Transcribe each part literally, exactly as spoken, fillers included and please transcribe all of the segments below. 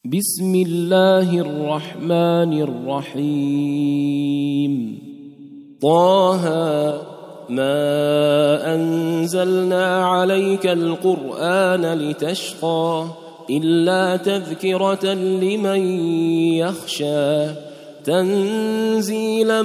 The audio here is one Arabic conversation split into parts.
بسم الله الرحمن الرحيم. طه ما أنزلنا عليك القرآن لتشقى إلا تذكرة لمن يخشى تنزيلا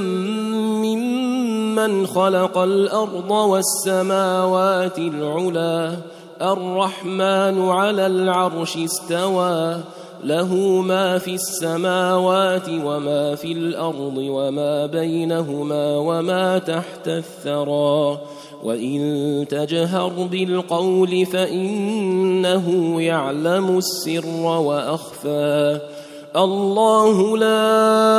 ممن خلق الأرض والسماوات العلى الرحمن على العرش استوى له ما في السماوات وما في الأرض وما بينهما وما تحت الثرى وإن تجهر بالقول فإنه يعلم السر وأخفى الله لا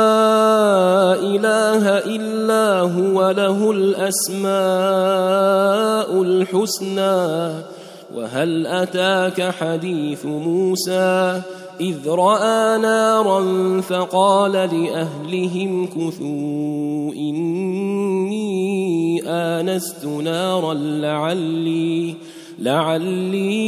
إله إلا هو له الأسماء الحسنى وهل أتاك حديث موسى إذ رأى نارا فقال لأهلهم كثوا إني آنست نارا لعلي لعلي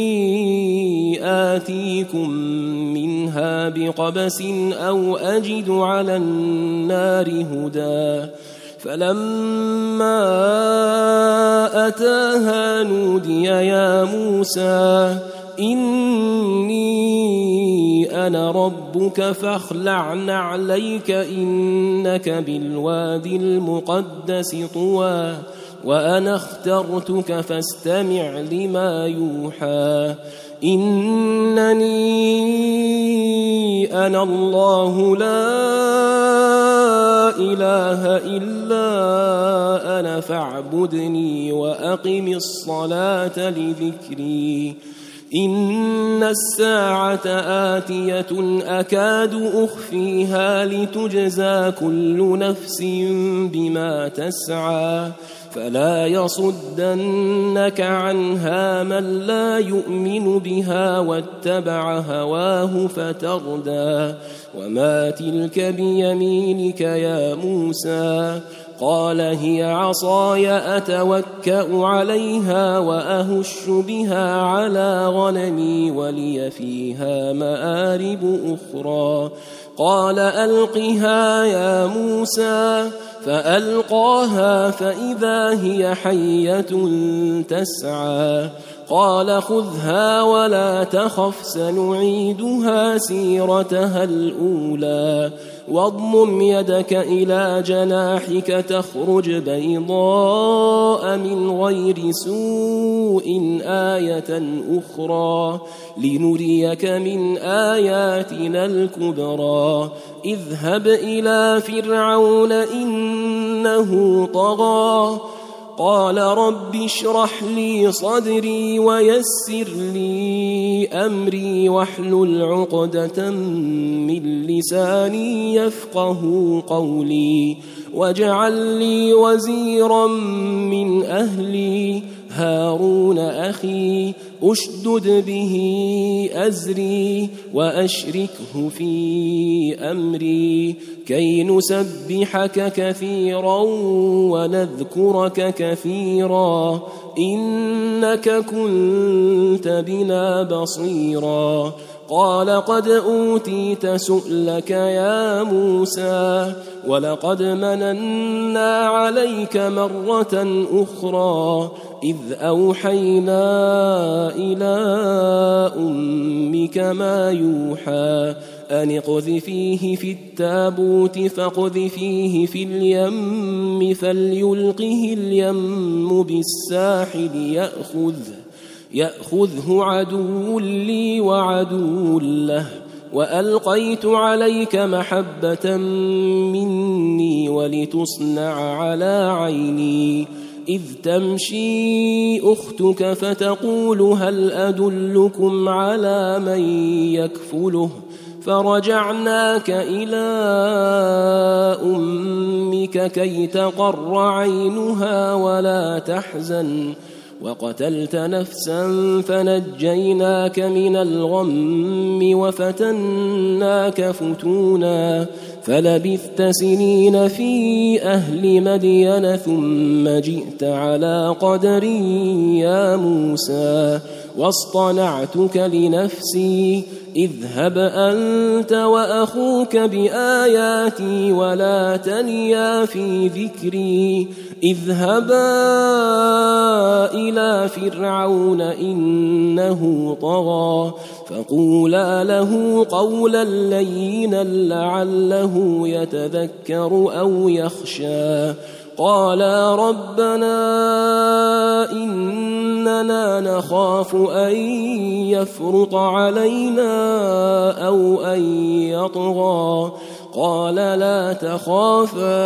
آتيكم منها بقبس أو أجد على النار هدى فلما أتاها نودي يا موسى إني أنا ربك فاخلع نعليك إنك بالوادي المقدس طوى وأنا اخترتك فاستمع لما يوحى إنني أنا الله لا إله إلا أنا فاعبدني وأقم الصلاة لذكري إن الساعة آتية أكاد أخفيها لتجزى كل نفس بما تسعى فلا يصدنك عنها من لا يؤمن بها واتبع هواه فتردى وما تلك بيمينك يا موسى قال هي عصاي أتوكأ عليها وأهش بها على غنمي ولي فيها مآرب أخرى قال ألقها يا موسى فألقاها فإذا هي حية تسعى قال خذها ولا تخف سنعيدها سيرتها الأولى واضمم يدك إلى جناحك تخرج بيضاء من غير سوء آية أخرى لنريك من آياتنا الكبرى اذهب إلى فرعون إنه طغى قال رب اشرح لي صدري ويسر لي أمري واحلل عقدة من لساني يفقه قولي واجعل لي وزيرا من أهلي هارون أخي أشدد به أزري وأشركه في أمري كي نسبحك كثيرا ونذكرك كثيرا إنك كنت بنا بصيرا قال قد أوتيت سؤلك يا موسى ولقد مننا عليك مرة أخرى إذ أوحينا إلى أمك ما يوحى أن اقذفيه في التابوت فاقذفيه في اليم فليلقه اليم بالساحل يأخذه يأخذه عدو لي وعدو له وألقيت عليك محبة مني ولتصنع على عيني إذ تمشي أختك فتقول هل أدلكم على من يكفله فرجعناك إلى أمك كي تقر عينها ولا تحزن وقتلت نفسا فنجيناك من الغم وفتناك فتونا فلبثت سنين في أهل مدين ثم جئت على قدري يا موسى واصطنعتك لنفسي اذهب أنت وأخوك بآياتي ولا تنيا في ذكري اذهبا إلى فرعون إنه طغى فقولا له قولا لينا لعله يتذكر أو يخشى قالا ربنا إننا نخاف أن يفرط علينا أو أن يطغى قال لا تخافا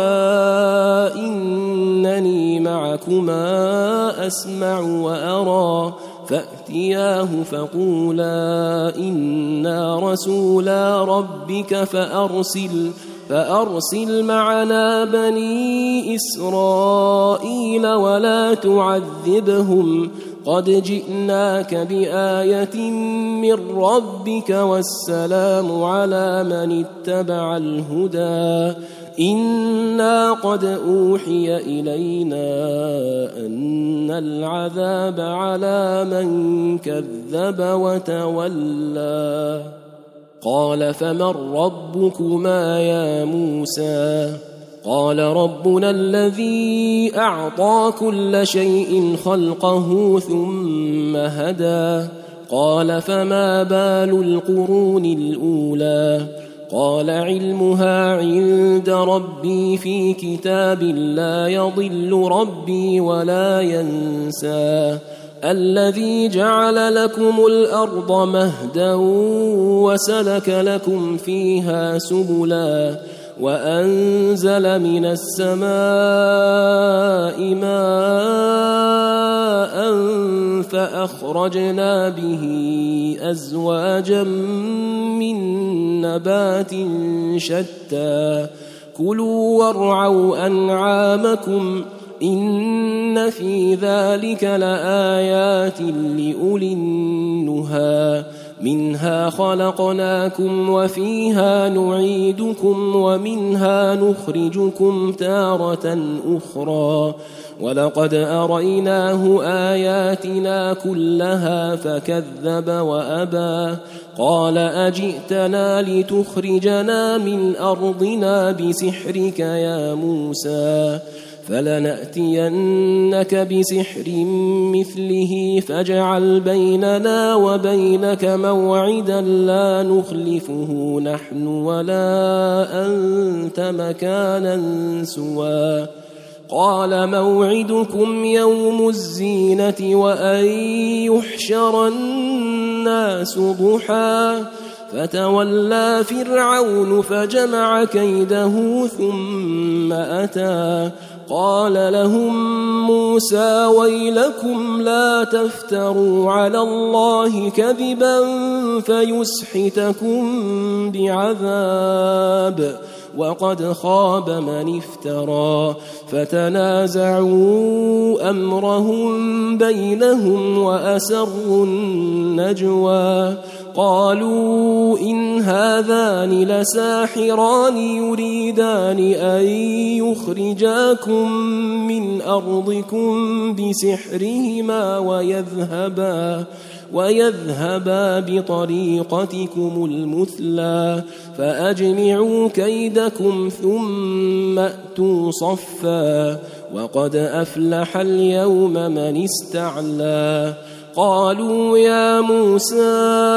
إنني معكما أسمع وأرى فأتياه فقولا إنا رسولا ربك فأرسل فأرسل معنا بني إسرائيل ولا تعذبهم قد جئناك بآية من ربك والسلام على من اتبع الهدى إنا قد أوحي إلينا أن العذاب على من كذب وتولى قال فمن ربكما يا موسى قال ربنا الذي أعطى كل شيء خلقه ثم هدى قال فما بال القرون الأولى قال علمها عند ربي في كتاب لا يضل ربي ولا ينسى الذي جعل لكم الأرض مهدا وسلك لكم فيها سبلا وأنزل من السماء ماء فأخرجنا به أزواجا من نبات شتى كلوا وارعوا أنعامكم إن في ذلك لآيات لأولي النهى منها خلقناكم وفيها نعيدكم ومنها نخرجكم تارة أخرى ولقد أريناه آياتنا كلها فكذب وأبى قال أجئتنا لتخرجنا من أرضنا بسحرك يا موسى فلنأتينك بسحر مثله فاجعل بيننا وبينك موعدا لا نخلفه نحن ولا أنت مكانا سوى قال موعدكم يوم الزينة وأن يحشر الناس ضحى فتولى فرعون فجمع كيده ثم أتى قال لهم موسى ويلكم لا تفتروا على الله كذبا فيسحتكم بعذاب وقد خاب من افترى فتنازعوا أمرهم بينهم وأسروا النجوى قالوا إن هذان لساحران يريدان أن يخرجاكم من أرضكم بسحرهما ويذهبا ويذهبا بطريقتكم المثلى فأجمعوا كيدكم ثم أتوا صفا وقد أفلح اليوم من استعلى قالوا يا موسى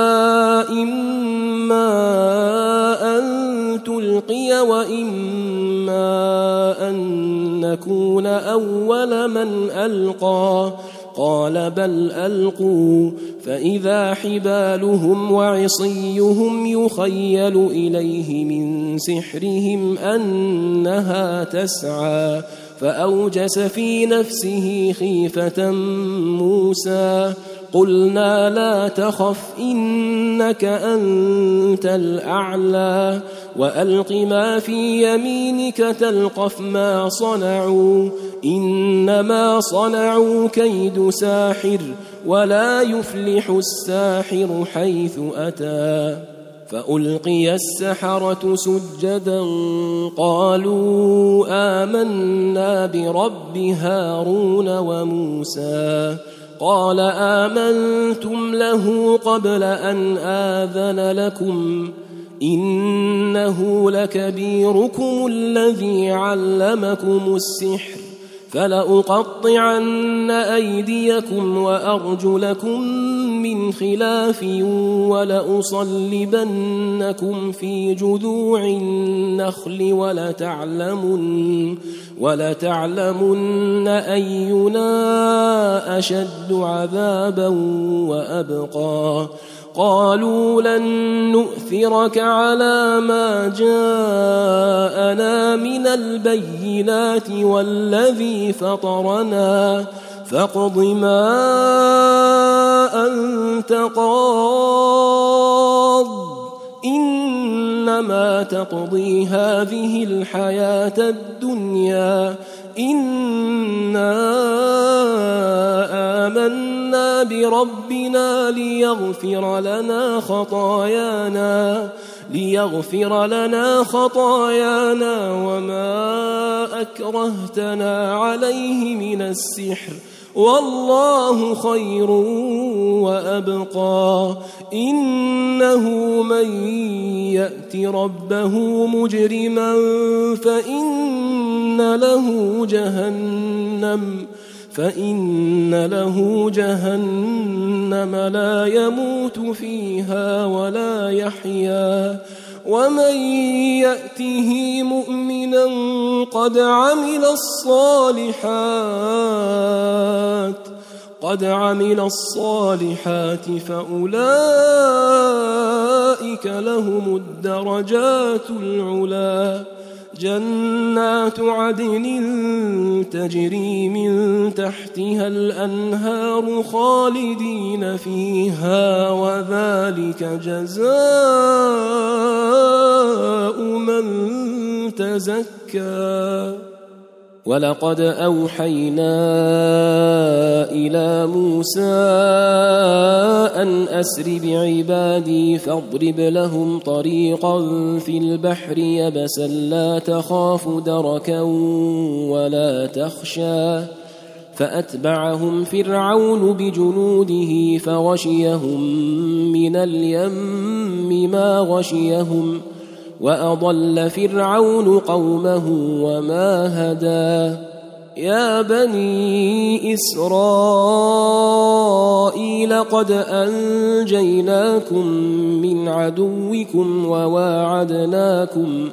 إما أن تلقي وإما أن نكون أول من ألقى قال بل ألقوا فإذا حبالهم وعصيهم يخيل إليه من سحرهم أنها تسعى فأوجس في نفسه خيفة موسى قلنا لا تخف إنك أنت الأعلى وألق ما في يمينك تلقف ما صنعوا إنما صنعوا كيد ساحر ولا يفلح الساحر حيث أتى فألقي السحرة سجدا قالوا آمنا برب هارون وموسى قال آمنتم له قبل أن آذن لكم إنه لكبيركم الذي علمكم السحر فلأقطعن أيديكم وأرجلكم من خلاف ولأصلبنكم في جذوع النخل ولتعلمن, ولتعلمن أينا أشد عذابا وأبقى قالوا لن نؤثرك على ما جاءنا من البينات والذي فطرنا فاقض ما أنت قاض إنما تقضي هذه الحياة الدنيا إنا آمنا بربنا ليغفر لنا خطايانا ليغفر لنا خطايانا وما أكرهتنا عليه من السحر والله خير وأبقى إنه من يأت ربه مجرما فإن له جهنم فإن له جهنم لا يموت فيها ولا يحيا ومن يأته مؤمنا قد عمل الصالحات قد عمل الصالحات فأولئك لهم الدرجات العلى جنات عدن تجري من تحتها الأنهار خالدين فيها وذلك جزاء من تزكى ولقد أوحينا إلى موسى أن أسر بعبادي فاضرب لهم طريقا في البحر يبسا لا تخاف دركا ولا تخشى فأتبعهم فرعون بجنوده فغشيهم من اليم ما غشيهم وأضل فرعون قومه وما هدى يا بني إسرائيل قد أنجيناكم من عدوكم وواعدناكم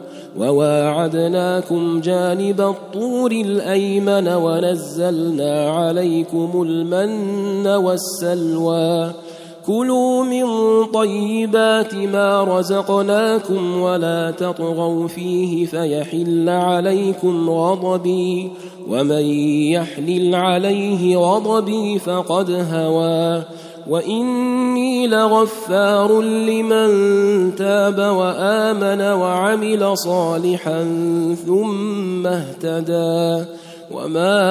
وواعدناكم جانب الطور الأيمن ونزلنا عليكم المن والسلوى كلوا من طيبات ما رزقناكم ولا تطغوا فيه فيحل عليكم غضبي ومن يحلل عليه غضبي فقد هوى وإني لغفار لمن تاب وآمن وعمل صالحا ثم اهتدى وما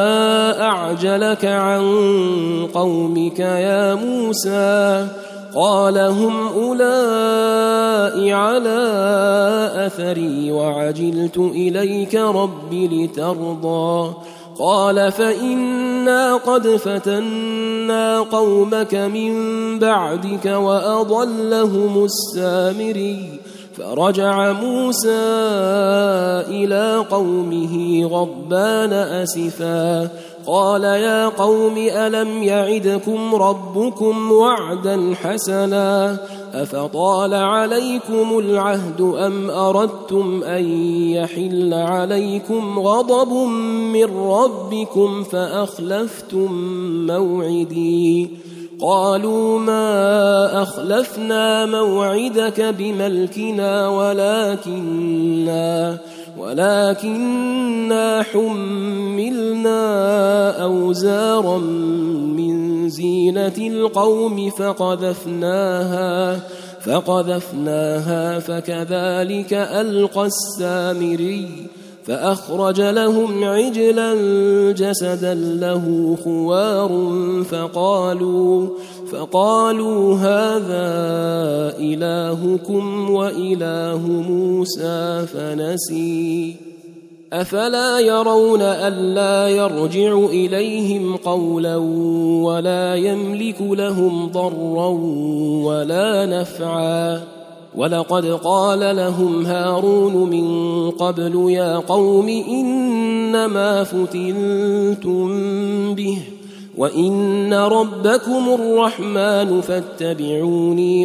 أعجلك عن قومك يا موسى قال هم أولئك على أثري وعجلت إليك رب لترضى قال فإنا قد فتنا قومك من بعدك وأضلهم السامري فرجع موسى إلى قومه غضبان أسفا قال يا قوم ألم يعدكم ربكم وعدا حسنا أفطال عليكم العهد أم أردتم أن يحل عليكم غضب من ربكم فأخلفتم موعدي قالوا ما أخلفنا موعدك بملكنا ولكننا ولكننا حملنا أوزارا من زينة القوم فقذفناها فقذفناها فكذلك ألقى السامري فأخرج لهم عجلا جسدا له خوار فقالوا فقالوا هذا إلهكم وإله موسى فنسي أفلا يرون ألا يرجع إليهم قولا ولا يملك لهم ضرا ولا نفعا ولقد قال لهم هارون من قبل يا قوم إنما فتنتم به وإن ربكم الرحمن فاتبعوني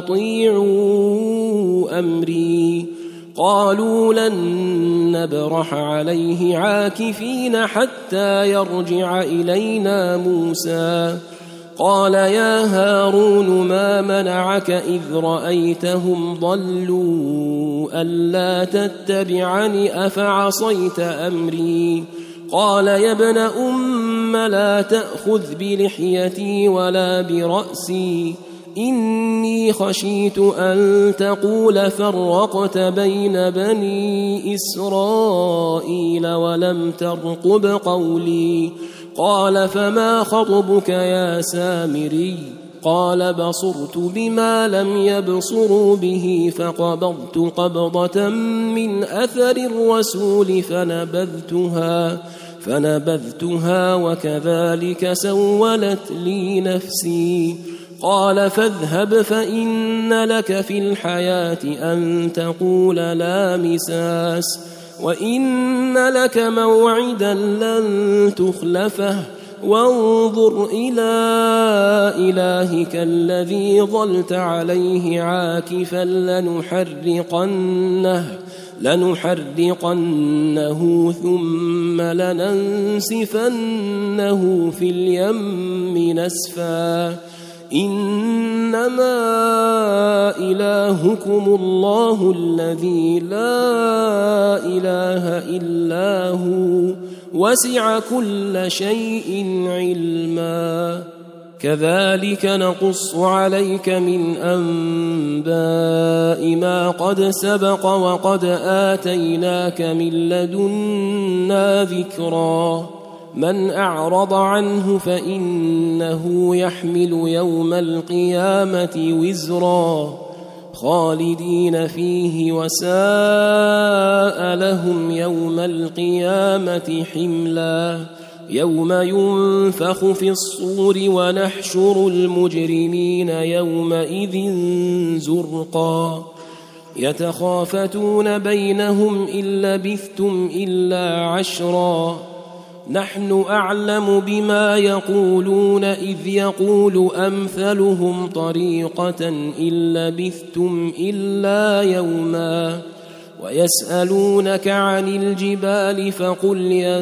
وأطيعوا أمري قالوا لن نبرح عليه عاكفين حتى يرجع إلينا موسى قال يا هارون ما منعك إذ رأيتهم ضلوا ألا تتبعني أفعصيت أمري قال يا ابن أم لا تأخذ بلحيتي ولا برأسي إني خشيت أن تقول فرقت بين بني إسرائيل ولم ترقب قولي قال فما خطبك يا سامري قال بصرت بما لم يبصروا به فقبضت قبضة من أثر الرسول فنبذتها فنبذتها وكذلك سولت لي نفسي قال فاذهب فإن لك في الحياة أن تقول لا مساس وإن لك موعدا لن تخلفه وانظر إلى إلهك الذي ظلت عليه عاكفا لنحرقنه لنحرقنه ثم لننسفنه في اليم نسفا إنما إلهكم الله الذي لا إله إلا هو وسع كل شيء علما كذلك نقص عليك من أنباء ما قد سبق وقد آتيناك من لدنا ذكرا من أعرض عنه فإنه يحمل يوم القيامة وزرا خالدين فيه وساء لهم يوم القيامة حملا يوم ينفخ في الصور ونحشر المجرمين يومئذ زرقا يتخافتون بينهم إن لبثتم إلا عشرا نحن أعلم بما يقولون إذ يقول أمثلهم طريقة إن لبثتم إلا يوما ويسألونك عن الجبال فقل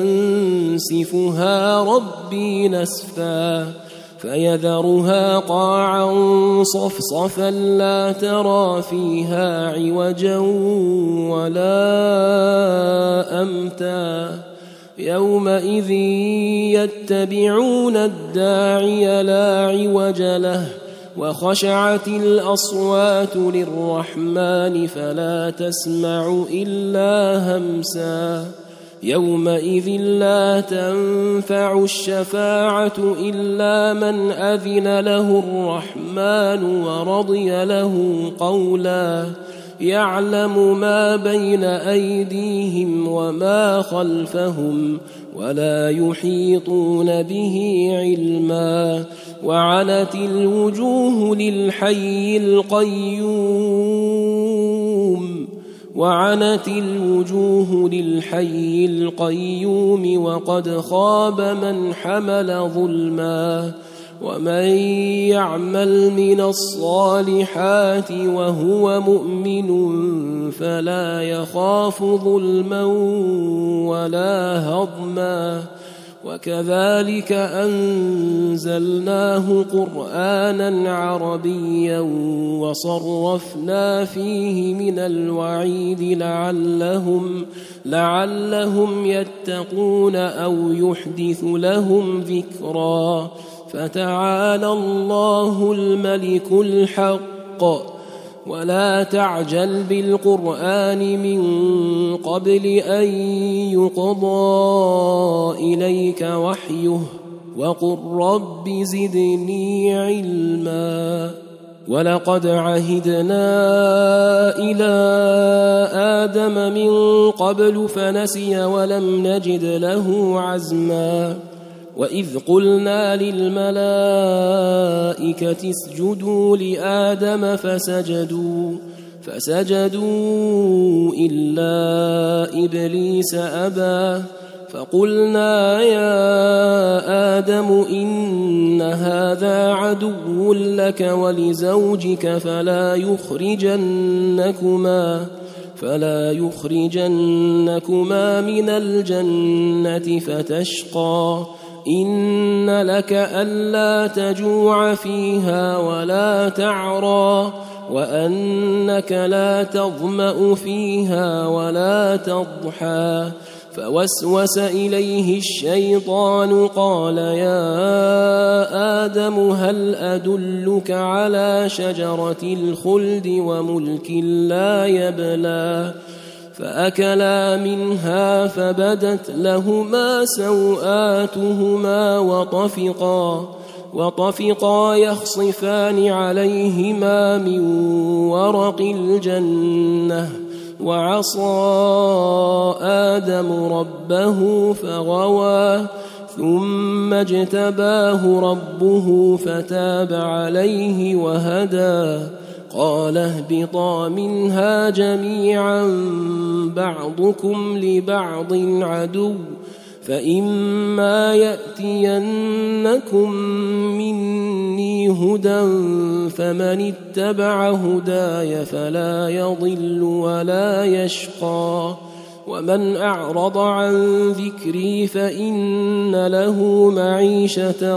ينسفها ربي نسفا فيذرها قاعا صفصفا لا ترى فيها عوجا ولا أمتا يومئذ يتبعون الداعي لا عوج له وخشعت الأصوات للرحمن فلا تسمع إلا همسا يومئذ لا تنفع الشفاعة إلا من أذن له الرحمن ورضي له قولا يعلم ما بين أيديهم وما خلفهم ولا يحيطون به علما وعنت الوجوه للحي القيوم وعنت الوجوه للحي القيوم وقد خاب من حمل ظلما ومن يعمل من الصالحات وهو مؤمن فلا يخاف ظلما ولا هضما وكذلك أنزلناه قرآنا عربيا وصرفنا فيه من الوعيد لعلهم لعلهم يتقون أو يحدث لهم ذكرا فتعالى الله الملك الحق ولا تعجل بالقرآن من قبل أن يقضى إليك وحيه وقل رب زدني علما ولقد عهدنا إلى آدم من قبل فنسي ولم نجد له عزما وإذ قلنا للملائكة اسجدوا لآدم فسجدوا فسجدوا إلا إبليس أبى فقلنا يا آدم إن هذا عدو لك ولزوجك فلا يخرجنكما فلا يخرجنكما من الجنة فتشقى إن لك ألا تجوع فيها ولا تعرى وأنك لا تظمأ فيها ولا تضحى فوسوس إليه الشيطان قال يا آدم هل أدلك على شجرة الخلد وملك لا يبلى فأكلا منها فبدت لهما سوآتهما وطفقا وطفقا يخصفان عليهما من ورق الجنة وعصى آدم ربه فغوى ثم اجتباه ربه فتاب عليه وهدى قال اهبطا منها جميعا بعضكم لبعض عدو فإما يأتينكم مني هدى فمن اتبع هداي فلا يضل ولا يشقى ومن أعرض عن ذكري فإن له معيشة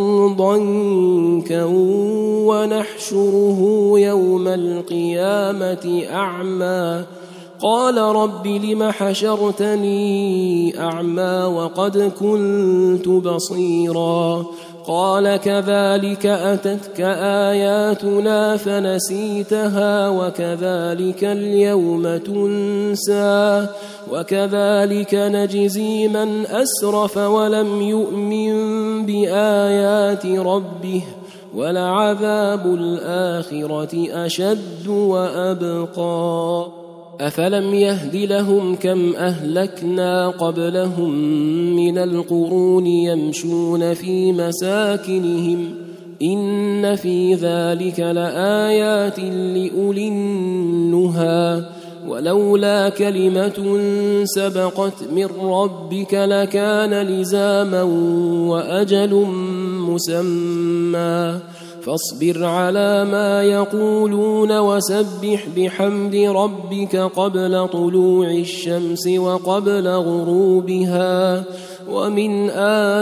ضنكا ونحشره يوم القيامة أعمى قال رب لم حشرتني أعمى وقد كنت بصيرا قال كذلك أتتك آياتنا فنسيتها وكذلك اليوم تنسى وكذلك نجزي من أسرف ولم يؤمن بآيات ربه ولعذاب الآخرة أشد وأبقى أفلم يهد لهم كم أهلكنا قبلهم من القرون يمشون في مساكنهم إن في ذلك لآيات لأولي النهى ولولا كلمة سبقت من ربك لكان لزاما وأجل مسمى فاصبر على ما يقولون وسبح بحمد ربك قبل طلوع الشمس وقبل غروبها ومن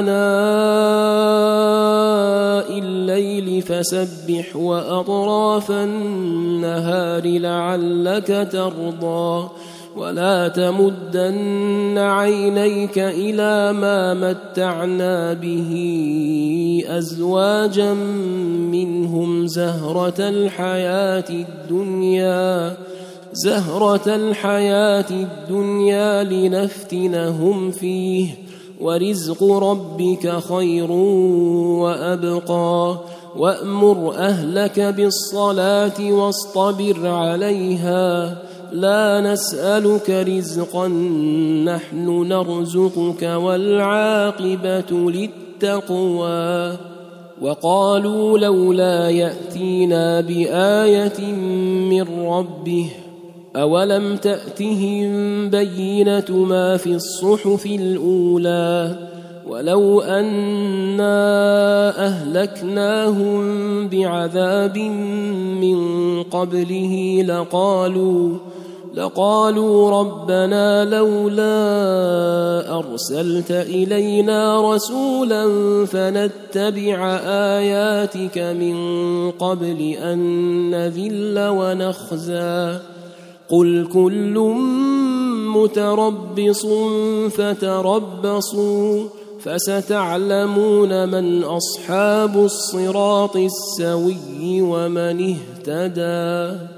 آناء الليل فسبح وأطراف النهار لعلك ترضى ولا تمدن عينيك إلى ما متعنا به أزواجا منهم زهرة الحياة الدنيا زهرة الحياة الدنيا لنفتنهم فيه ورزق ربك خير وأبقى وأمر أهلك بالصلاة واصطبر عليها لا نسألك رزقا نحن نرزقك والعاقبة للتقوى وقالوا لولا يأتينا بآية من ربه أولم تأتهم بينة ما في الصحف الأولى ولو أنا أهلكناهم بعذاب من قبله لقالوا لقالوا ربنا لولا أرسلت إلينا رسولا فنتبع آياتك من قبل أن نذل ونخزى قل كل متربص فتربصوا فستعلمون من أصحاب الصراط السوي ومن اهتدى.